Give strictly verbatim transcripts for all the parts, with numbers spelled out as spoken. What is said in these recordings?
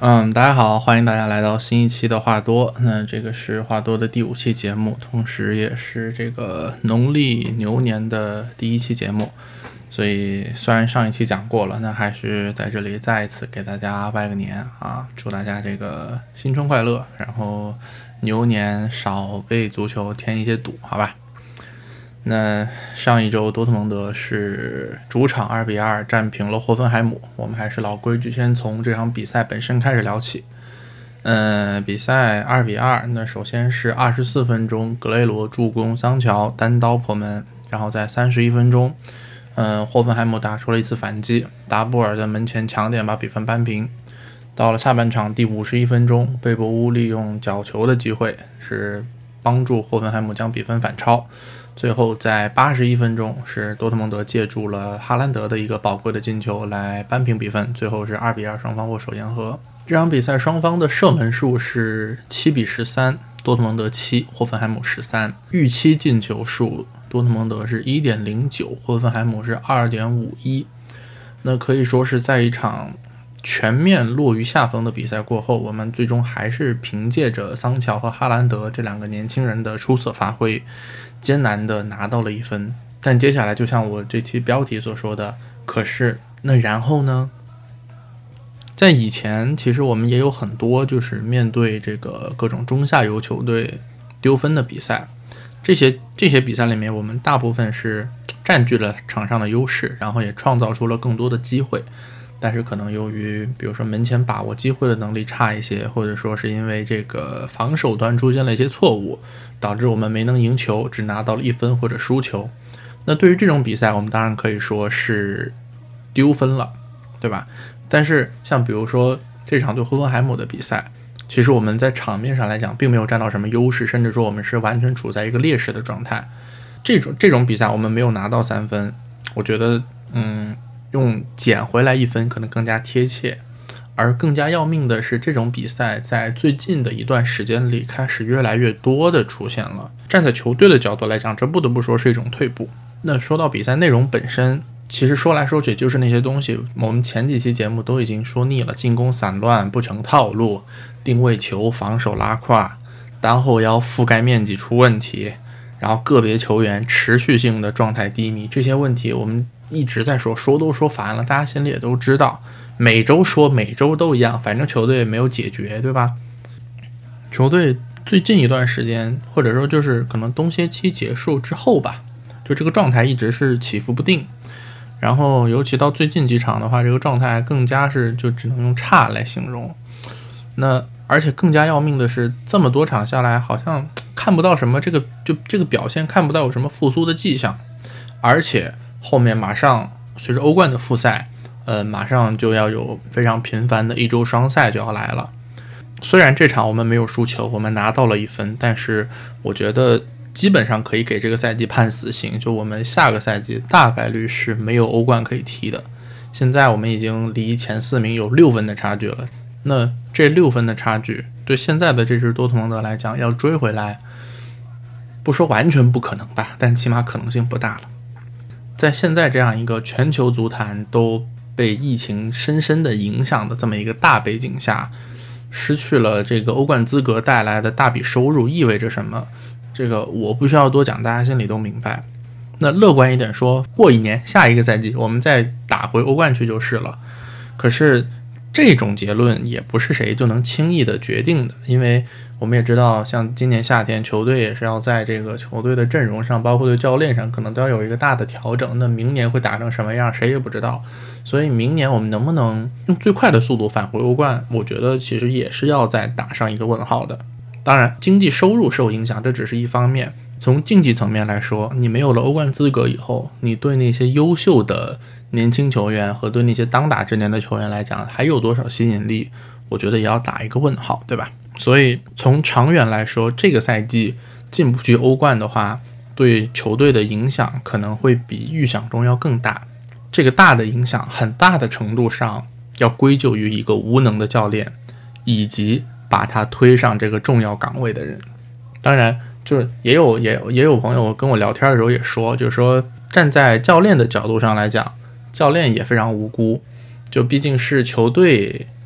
嗯，大家好，欢迎大家来到新一期的话多。那这个是话多的第五期节目，同时也是这个农历牛年的第一期节目。所以虽然上一期讲过了，那还是在这里再一次给大家拜个年啊，祝大家这个新春快乐，然后牛年少为足球添一些赌，好吧？那上一周多特蒙德是主场二比二战平了霍芬海姆，我们还是老规矩，先从这场比赛本身开始聊起。呃，比赛二比二，那首先是二十四分钟，格雷罗助攻桑乔单刀破门，然后在三十一分钟，呃，霍芬海姆打出了一次反击，达布尔在门前抢点把比分扳平。到了下半场第五十一分钟，贝博乌利用角球的机会是帮助霍芬海姆将比分反超。最后在八十一分钟，是多特蒙德借助了哈兰德的一个宝贵的进球来扳平比分，最后是二比二，双方握手言和。这场比赛双方的射门数是七比十三，多特蒙德七，霍芬海姆十三。预期进球数，多特蒙德是 一点零九，霍芬海姆是 二点五一。那可以说是在一场全面落于下风的比赛过后，我们最终还是凭借着桑乔和哈兰德这两个年轻人的出色发挥，艰难的拿到了一分。但接下来就像我这期标题所说的，可是那然后呢？在以前其实我们也有很多就是面对这个各种中下游球队丢分的比赛，这些这些比赛里面我们大部分是占据了场上的优势，然后也创造出了更多的机会，但是可能由于比如说门前把握机会的能力差一些，或者说是因为这个防守端出现了一些错误，导致我们没能赢球，只拿到了一分或者输球。那对于这种比赛我们当然可以说是丢分了，对吧？但是像比如说这场对霍芬海姆的比赛，其实我们在场面上来讲并没有占到什么优势，甚至说我们是完全处在一个劣势的状态。这种这种比赛我们没有拿到三分，我觉得嗯用捡回来一分可能更加贴切。而更加要命的是，这种比赛在最近的一段时间里开始越来越多的出现了。站在球队的角度来讲，这不得不说是一种退步。那说到比赛内容本身，其实说来说去就是那些东西，我们前几期节目都已经说腻了，进攻散乱不成套路，定位球防守拉胯，单后腰覆盖面积出问题，然后个别球员持续性的状态低迷，这些问题我们一直在说，说都说烦了，大家心里也都知道，每周说每周都一样，反正球队也没有解决，对吧？球队最近一段时间，或者说就是可能冬歇期结束之后吧，就这个状态一直是起伏不定，然后尤其到最近几场的话，这个状态更加是就只能用差来形容。那而且更加要命的是，这么多场下来好像看不到什么这个就这个表现看不到有什么复苏的迹象，而且后面马上随着欧冠的复赛，呃，马上就要有非常频繁的一周双赛就要来了。虽然这场我们没有输球，我们拿到了一分，但是我觉得基本上可以给这个赛季判死刑，就我们下个赛季大概率是没有欧冠可以踢的。现在我们已经离前四名有六分的差距了，那这六分的差距对现在的这支多特蒙德来讲要追回来，不说完全不可能吧，但起码可能性不大了。在现在这样一个全球足坛都被疫情深深的影响的这么一个大背景下，失去了这个欧冠资格带来的大笔收入意味着什么，这个我不需要多讲，大家心里都明白。那乐观一点说，过一年下一个赛季我们再打回欧冠去就是了。可是这种结论也不是谁就能轻易的决定的，因为我们也知道，像今年夏天球队也是要在这个球队的阵容上，包括对教练上，可能都要有一个大的调整。那明年会打成什么样，谁也不知道。所以明年我们能不能用最快的速度返回欧冠，我觉得其实也是要再打上一个问号的。当然，经济收入受影响，这只是一方面。从竞技层面来说，你没有了欧冠资格以后，你对那些优秀的年轻球员和对那些当打之年的球员来讲，还有多少吸引力？我觉得也要打一个问号，对吧？所以从长远来说，这个赛季进不去欧冠的话，对球队的影响可能会比预想中要更大。这个大的影响很大的程度上要归咎于一个无能的教练，以及把他推上这个重要岗位的人。当然就是也有也有也有朋友跟我聊天的时候也说，就是说站在教练的角度上来讲，教练也非常无辜，就毕竟是球队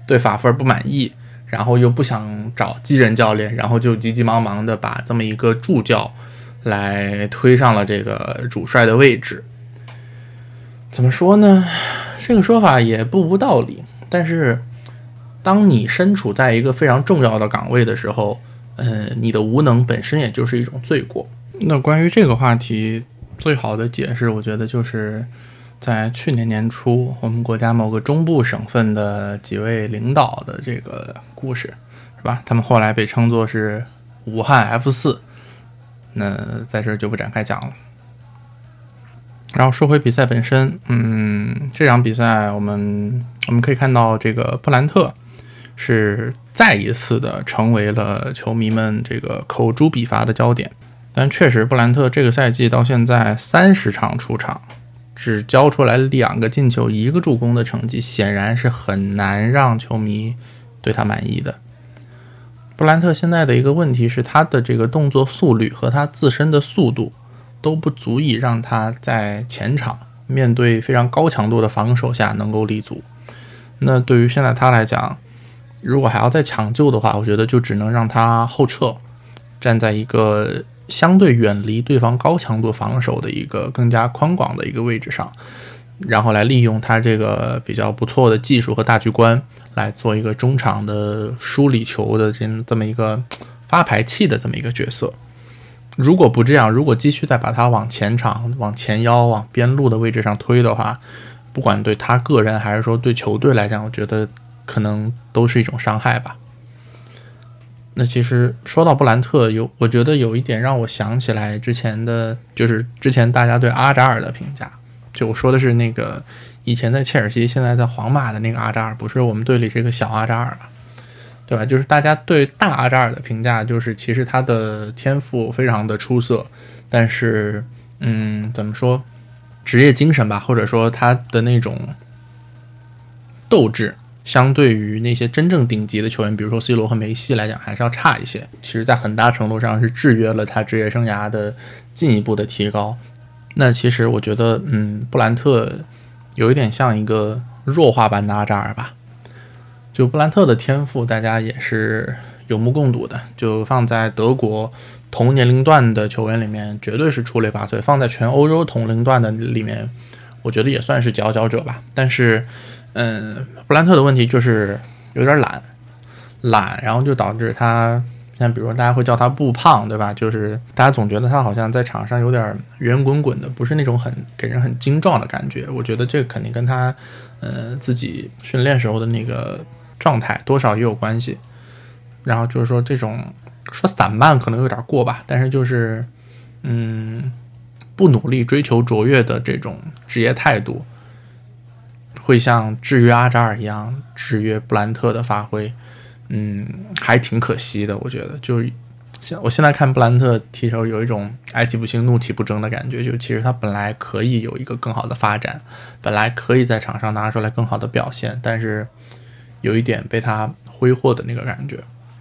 对法夫尔不满意，然后又不想找基人教练，然后就急急忙忙的把这么一个助教来推上了这个主帅的位置。怎么说呢？这个说法也不无道理，但是当你身处在一个非常重要的岗位的时候，呃，你的无能本身也就是一种罪过。那关于这个话题，最好的解释，我觉得就是在去年年初，我们国家某个中部省份的几位领导的这个故事，是吧？他们后来被称作是武汉 F 四，那在这儿就不展开讲了。然后说回比赛本身，嗯，这场比赛我们我们可以看到，这个布兰特是再一次的成为了球迷们这个口诛笔伐的焦点。但确实，布兰特这个赛季到现在三十场出场，只交出来两个进球、一个助攻的成绩，显然是很难让球迷对他满意的。布兰特现在的一个问题是，他的这个动作速率和他自身的速度都不足以让他在前场面对非常高强度的防守下能够立足。那对于现在他来讲，如果还要再抢救的话，我觉得就只能让他后撤，站在一个相对远离对方高强度防守的一个更加宽广的一个位置上，然后来利用他这个比较不错的技术和大局观来做一个中场的梳理球的这么一个发牌器的这么一个角色。如果不这样，如果继续再把他往前场、往前腰、往边路的位置上推的话，不管对他个人还是说对球队来讲，我觉得可能都是一种伤害吧。那其实说到布兰特，有我觉得有一点让我想起来之前的，就是之前大家对阿扎尔的评价，就我说的是那个以前在切尔西现在在皇马的那个阿扎尔，不是我们队里这个小阿扎尔嘛，对吧？就是大家对大阿扎尔的评价就是其实他的天赋非常的出色，但是嗯怎么说，职业精神吧，或者说他的那种斗志相对于那些真正顶级的球员，比如说 C 罗和梅西来讲还是要差一些，其实在很大程度上是制约了他职业生涯的进一步的提高。那其实我觉得嗯，布兰特有一点像一个弱化版的阿扎尔吧。就布兰特的天赋大家也是有目共睹的，就放在德国同年龄段的球员里面绝对是出类拔萃，放在全欧洲同龄段的里面我觉得也算是佼佼者吧。但是嗯，布兰特的问题就是有点懒懒，然后就导致他像比如说大家会叫他不胖，对吧？就是大家总觉得他好像在场上有点圆滚滚的，不是那种很给人很精壮的感觉。我觉得这个肯定跟他呃自己训练时候的那个状态多少也有关系。然后就是说这种说散漫可能有点过吧，但是就是嗯不努力追求卓越的这种职业态度，会像制约阿扎尔一样制约布兰特的发挥，嗯，还挺可惜的。我觉得就我现在看布兰特踢球有一种哀其不幸怒其不争的感觉，就其实他本来可以有一个更好的发展，本来可以在场上拿出来更好的表现，但是有一点被他挥霍的那个感觉。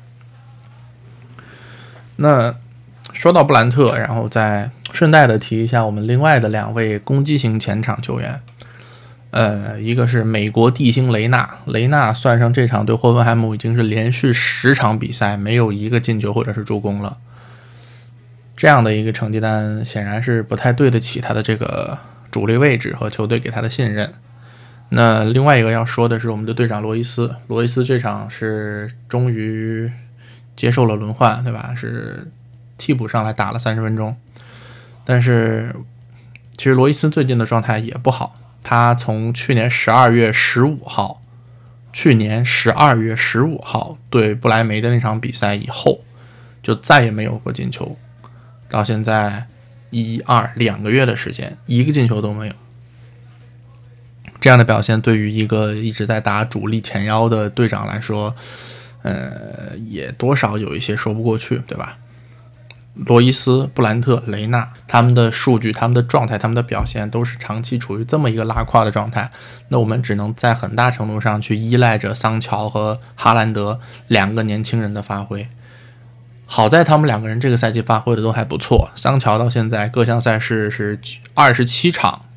那说到布兰特，然后再顺带的提一下我们另外的两位攻击型前场球员，呃，一个是美国地星雷纳，雷纳算上这场对霍芬海姆已经是连续十场比赛没有一个进球或者是助攻了，这样的一个成绩单显然是不太对得起他的这个主力位置和球队给他的信任。那另外一个要说的是我们的队长罗伊斯，罗伊斯这场是终于接受了轮换，对吧？是替补上来打了三十分钟，但是其实罗伊斯最近的状态也不好，他从去年十二月十五号，去年十二月十五号对不莱梅的那场比赛以后，就再也没有过进球，到现在一二两个月的时间，一个进球都没有。这样的表现对于一个一直在打主力前腰的队长来说，呃，也多少有一些说不过去，对吧？罗伊斯、布兰特、雷纳，他们的数据、他们的状态、他们的表现都是长期处于这么一个拉胯的状态，那我们只能在很大程度上去依赖着桑乔和哈兰德两个年轻人的发挥。好在他们两个人这个赛季发挥的都还不错，桑乔到现在各项赛事是二十七场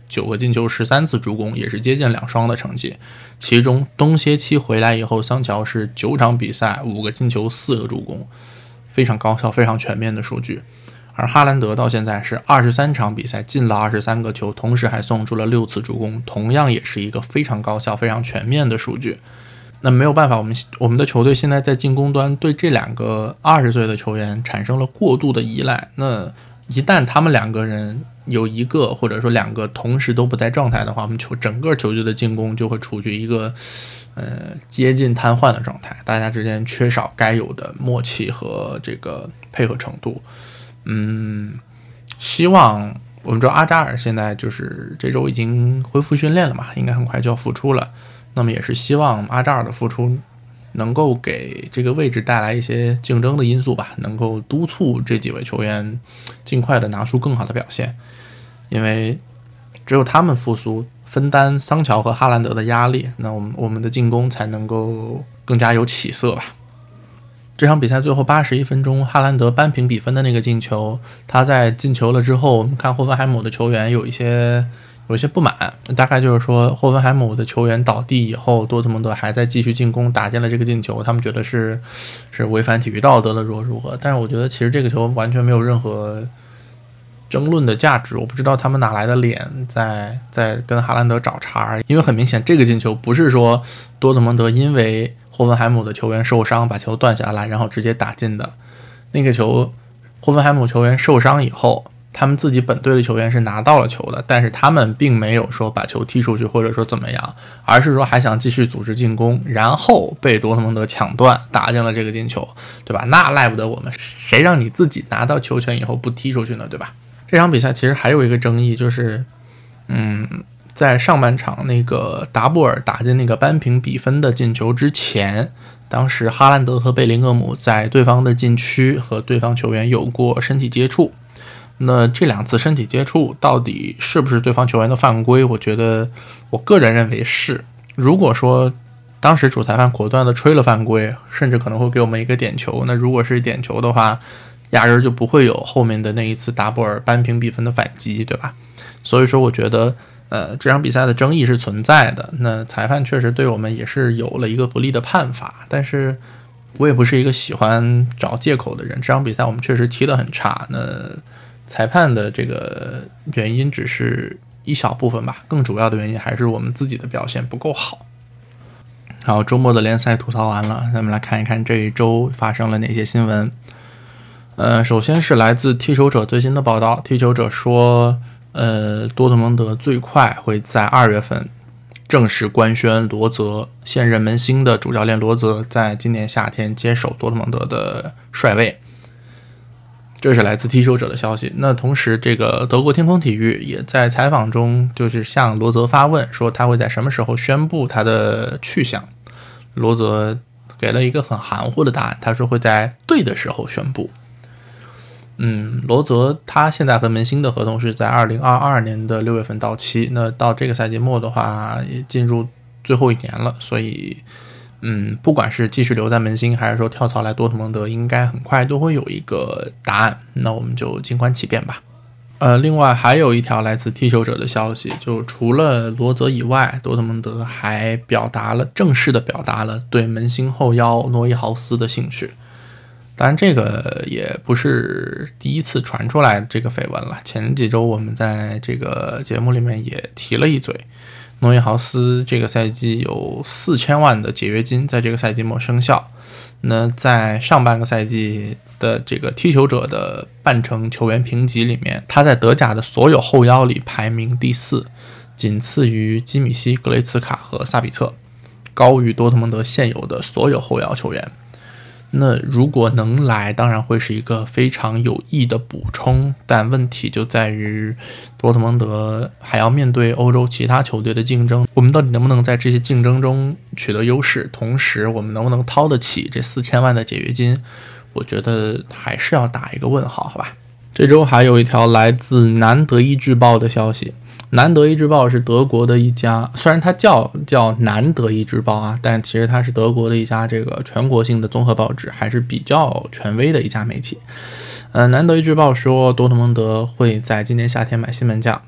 九个进球十三次助攻，也是接近两双的成绩。其中冬歇期回来以后，桑乔是九场比赛五个进球四个助攻，非常高效非常全面的数据。而哈兰德到现在是二十三场比赛进了二十三个球，同时还送出了六次助攻，同样也是一个非常高效非常全面的数据。那没有办法，我们我们的球队现在在进攻端对这两个二十岁的球员产生了过度的依赖。那一旦他们两个人有一个或者说两个同时都不在状态的话，我们球整个球队的进攻就会处于一个呃接近瘫痪的状态，大家之间缺少该有的默契和这个配合程度。嗯，希望我们知道阿扎尔现在就是这周已经恢复训练了嘛，应该很快就要复出了。那么也是希望阿扎尔的复出能够给这个位置带来一些竞争的因素吧，能够督促这几位球员尽快的拿出更好的表现，因为只有他们复苏，分担桑乔和哈兰德的压力，那我们我们的进攻才能够更加有起色吧。这场比赛最后八十一分钟，哈兰德扳平比分的那个进球，他在进球了之后，我们看霍芬海姆的球员有一些有一些不满，大概就是说霍芬海姆的球员倒地以后，多特蒙德还在继续进攻，打进了这个进球，他们觉得是是违反体育道德的如何如何。但是我觉得其实这个球完全没有任何争论的价值，我不知道他们哪来的脸在在跟哈兰德找茬，因为很明显这个进球不是说多特蒙德因为霍芬海姆的球员受伤把球断下来然后直接打进的，那个球霍芬海姆球员受伤以后，他们自己本队的球员是拿到了球的，但是他们并没有说把球踢出去或者说怎么样，而是说还想继续组织进攻，然后被多特蒙德抢断打进了这个进球，对吧？那赖不得我们，谁让你自己拿到球权以后不踢出去呢，对吧？这场比赛其实还有一个争议，就是嗯，在上半场那个达布尔打进那个扳平比分的进球之前，当时哈兰德和贝林厄姆在对方的禁区和对方球员有过身体接触，那这两次身体接触到底是不是对方球员的犯规？我觉得我个人认为是。如果说当时主裁判果断的吹了犯规，甚至可能会给我们一个点球，那如果是点球的话，压根就不会有后面的那一次达布尔扳平比分的反击，对吧？所以说我觉得呃，这场比赛的争议是存在的，那裁判确实对我们也是有了一个不利的判罚，但是我也不是一个喜欢找借口的人，这场比赛我们确实踢得很差，那裁判的这个原因只是一小部分吧，更主要的原因还是我们自己的表现不够好。好，周末的联赛吐槽完了，咱们来看一看这一周发生了哪些新闻。呃，首先是来自踢球者最新的报道，踢球者说呃，多特蒙德最快会在二月份正式官宣罗泽，现任门兴的主教练罗泽在今年夏天接手多特蒙德的帅位。这是来自踢球者的消息。那同时这个德国天空体育也在采访中就是向罗泽发问，说他会在什么时候宣布他的去向。罗泽给了一个很含糊的答案，他说会在对的时候宣布。嗯，罗泽他现在和门兴的合同是在二零二二年的六月份到期，那到这个赛季末的话也进入最后一年了，所以嗯，不管是继续留在门兴还是说跳槽来多特蒙德，应该很快都会有一个答案，那我们就静观其变吧。呃，另外还有一条来自踢球者的消息，就除了罗泽以外，多特蒙德还表达了正式的表达了对门兴后腰诺伊豪斯的兴趣。当然这个也不是第一次传出来这个绯闻了，前几周我们在这个节目里面也提了一嘴，诺伊豪斯这个赛季有四千万的解约金在这个赛季末生效，那在上半个赛季的这个踢球者的半程球员评级里面，他在德甲的所有后腰里排名第四，仅次于基米希、格雷茨卡和萨比策，高于多特蒙德现有的所有后腰球员。那如果能来，当然会是一个非常有益的补充，但问题就在于多特蒙德还要面对欧洲其他球队的竞争，我们到底能不能在这些竞争中取得优势，同时我们能不能掏得起这四千万的解约金，我觉得还是要打一个问号，好吧。这周还有一条来自南德意志报的消息，南德意志报是德国的一家，虽然它叫叫南德意志报啊，但其实它是德国的一家这个全国性的综合报纸，还是比较权威的一家媒体。呃，南德意志报说多特蒙德会在今年夏天买新门将，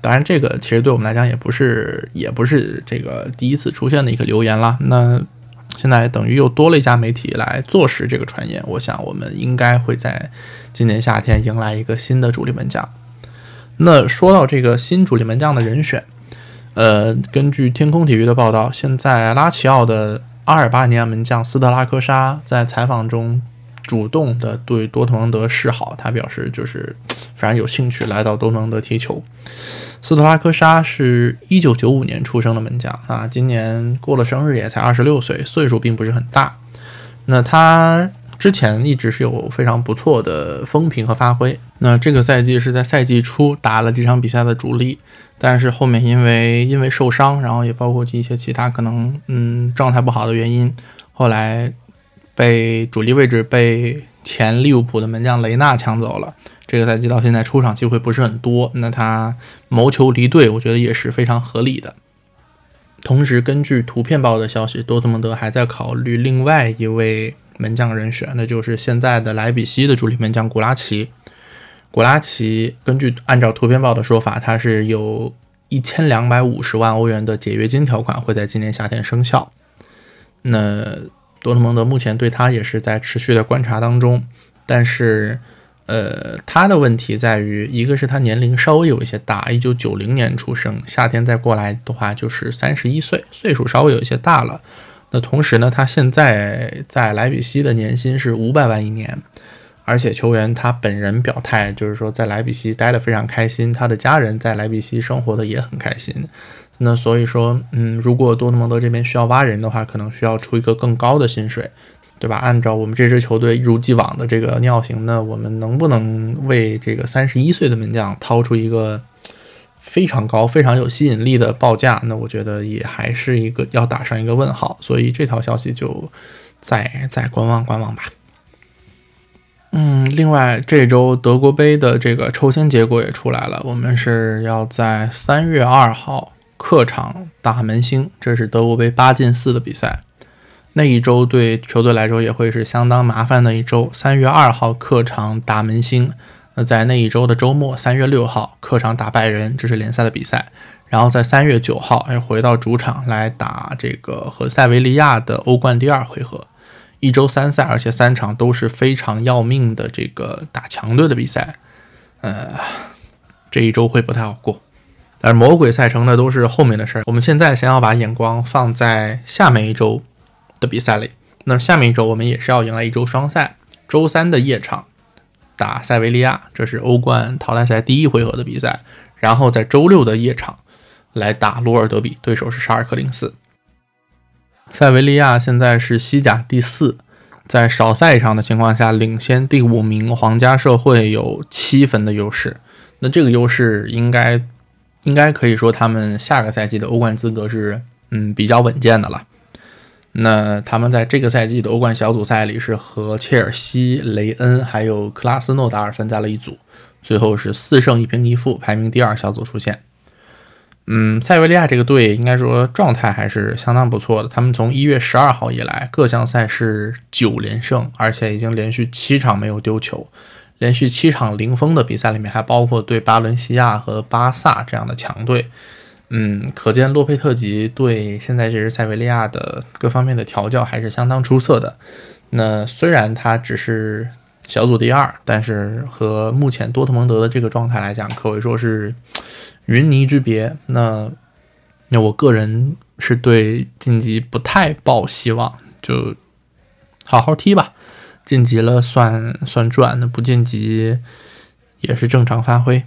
当然这个其实对我们来讲也不是也不是这个第一次出现的一个流言了。那现在等于又多了一家媒体来坐实这个传言，我想我们应该会在今年夏天迎来一个新的主力门将。那说到这个新主力门将的人选，呃，根据天空体育的报道，现在拉齐奥的阿尔巴尼亚门将斯特拉科沙在采访中主动的对多特蒙德示好，他表示就是非常有兴趣来到多特蒙德踢球。斯特拉科沙是一九九五年出生的门将啊，今年过了生日也才二十六岁，岁数并不是很大。那他之前一直是有非常不错的风评和发挥。那这个赛季是在赛季初打了几场比赛的主力，但是后面因为因为受伤，然后也包括一些其他可能嗯状态不好的原因，后来被主力位置被前利物浦的门将雷纳抢走了。这个赛季到现在出场机会不是很多，那他谋求离队我觉得也是非常合理的。同时根据图片报的消息，多特蒙德还在考虑另外一位门将人选，那就是现在的莱比锡的主力门将古拉奇。古拉奇根据按照图片报的说法，他是有一千两百五十万欧元的解约金条款会在今年夏天生效。那多特蒙德目前对他也是在持续的观察当中，但是呃，他的问题在于，一个是他年龄稍微有一些大，一九九零年出生，夏天再过来的话就是三十一岁，岁数稍微有一些大了。那同时呢，他现在在莱比锡的年薪是五百万一年，而且球员他本人表态，就是说在莱比锡待得非常开心，他的家人在莱比锡生活的也很开心。那所以说，嗯，如果多特蒙德这边需要挖人的话，可能需要出一个更高的薪水，对吧？按照我们这支球队一如既往的这个尿性，那我们能不能为这个三十一岁的门将掏出一个非常高、非常有吸引力的报价？那我觉得也还是一个要打上一个问号。所以这条消息就再再观望观望吧。嗯，另外这周德国杯的这个抽签结果也出来了，我们是要在三月二号客场打门兴，这是德国杯八进四的比赛。那一周对球队来说也会是相当麻烦的一周，三月二号客场打门兴，那在那一周的周末三月六号客场打拜仁，这是联赛的比赛，然后在三月九号又回到主场来打这个和塞维利亚的欧冠第二回合，一周三赛，而且三场都是非常要命的这个打强队的比赛，呃，这一周会不太好过。但是魔鬼赛程的都是后面的事儿，我们现在先要把眼光放在下面一周的比赛里。那下面一周我们也是要迎来一周双赛，周三的夜场打塞维利亚，这是欧冠淘汰赛第一回合的比赛，然后在周六的夜场来打罗尔德比，对手是沙尔克零四。塞维利亚现在是西甲第四，在少赛一场的情况下领先第五名皇家社会有七分的优势。那这个优势应该应该可以说他们下个赛季的欧冠资格是嗯比较稳健的了。那他们在这个赛季的欧冠小组赛里是和切尔西、雷恩还有克拉斯诺达尔分在了一组，最后是四胜一平一负，排名第二小组出线。嗯，塞维利亚这个队应该说状态还是相当不错的，他们从一月十二号以来各项赛事九连胜，而且已经连续七场没有丢球，连续七场零封的比赛里面还包括对巴伦西亚和巴萨这样的强队。嗯，可见洛佩特吉对现在这支塞维利亚的各方面的调教还是相当出色的。那虽然他只是小组第二，但是和目前多特蒙德的这个状态来讲，可谓说是云泥之别。那那我个人是对晋级不太抱希望，就好好踢吧，晋级了算算赚，那不晋级也是正常发挥。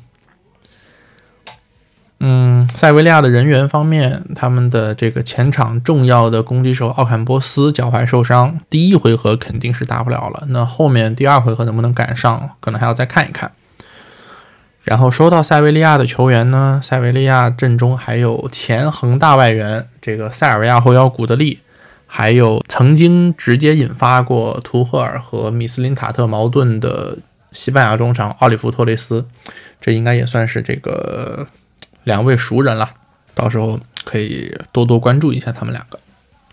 嗯，塞维利亚的人员方面，他们的这个前场重要的攻击手奥坎波斯脚踝受伤，第一回合肯定是打不了了，那后面第二回合能不能赶上，可能还要再看一看。然后说到塞维利亚的球员呢，塞维利亚阵中还有前恒大外援这个塞尔维亚后腰古德利，还有曾经直接引发过图赫尔和米斯林塔特矛盾的西班牙中场奥利弗托雷斯，这应该也算是这个两位熟人了，到时候可以多多关注一下他们两个。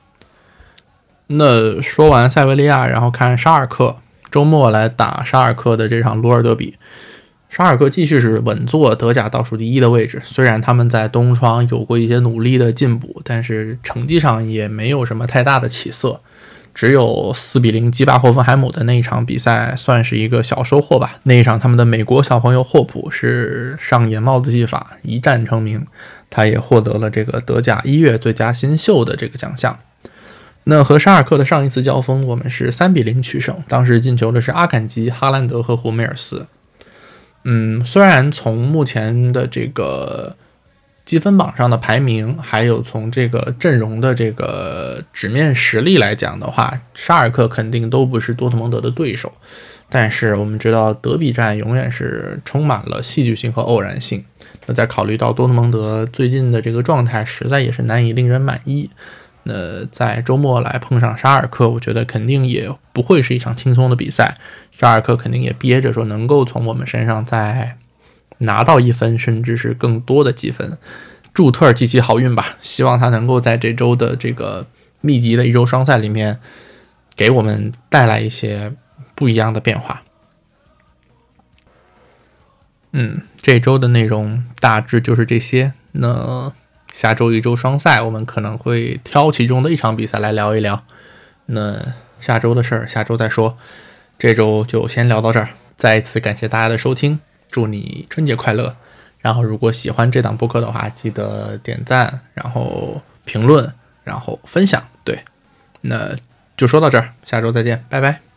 那说完塞维利亚，然后看沙尔克，周末来打沙尔克的这场罗尔德比。 沙尔克继续是稳坐德甲倒数第一的位置，虽然他们在东窗有过一些努力的进步，但是成绩上也没有什么太大的起色，只有四比零击败霍芬海姆的那一场比赛算是一个小收获吧。那一场他们的美国小朋友霍普是上演帽子戏法，一战成名，他也获得了这个德甲一月最佳新秀的这个奖项。那和沙尔克的上一次交锋，我们是三比零取胜，当时进球的是阿坎吉、哈兰德和胡梅尔斯。嗯，虽然从目前的这个积分榜上的排名，还有从这个阵容的这个纸面实力来讲的话，沙尔克肯定都不是多特蒙德的对手。但是我们知道德比战永远是充满了戏剧性和偶然性。那在考虑到多特蒙德最近的这个状态实在也是难以令人满意，那在周末来碰上沙尔克，我觉得肯定也不会是一场轻松的比赛。沙尔克肯定也憋着说能够从我们身上再拿到一分，甚至是更多的积分。祝特尔积极好运吧，希望他能够在这周的这个密集的一周双赛里面给我们带来一些不一样的变化。嗯，这周的内容大致就是这些。那下周一周双赛，我们可能会挑其中的一场比赛来聊一聊。那下周的事儿，下周再说。这周就先聊到这儿，再一次感谢大家的收听，祝你春节快乐。然后如果喜欢这档播客的话，记得点赞，然后评论，然后分享。对，那就说到这儿，下周再见，拜拜。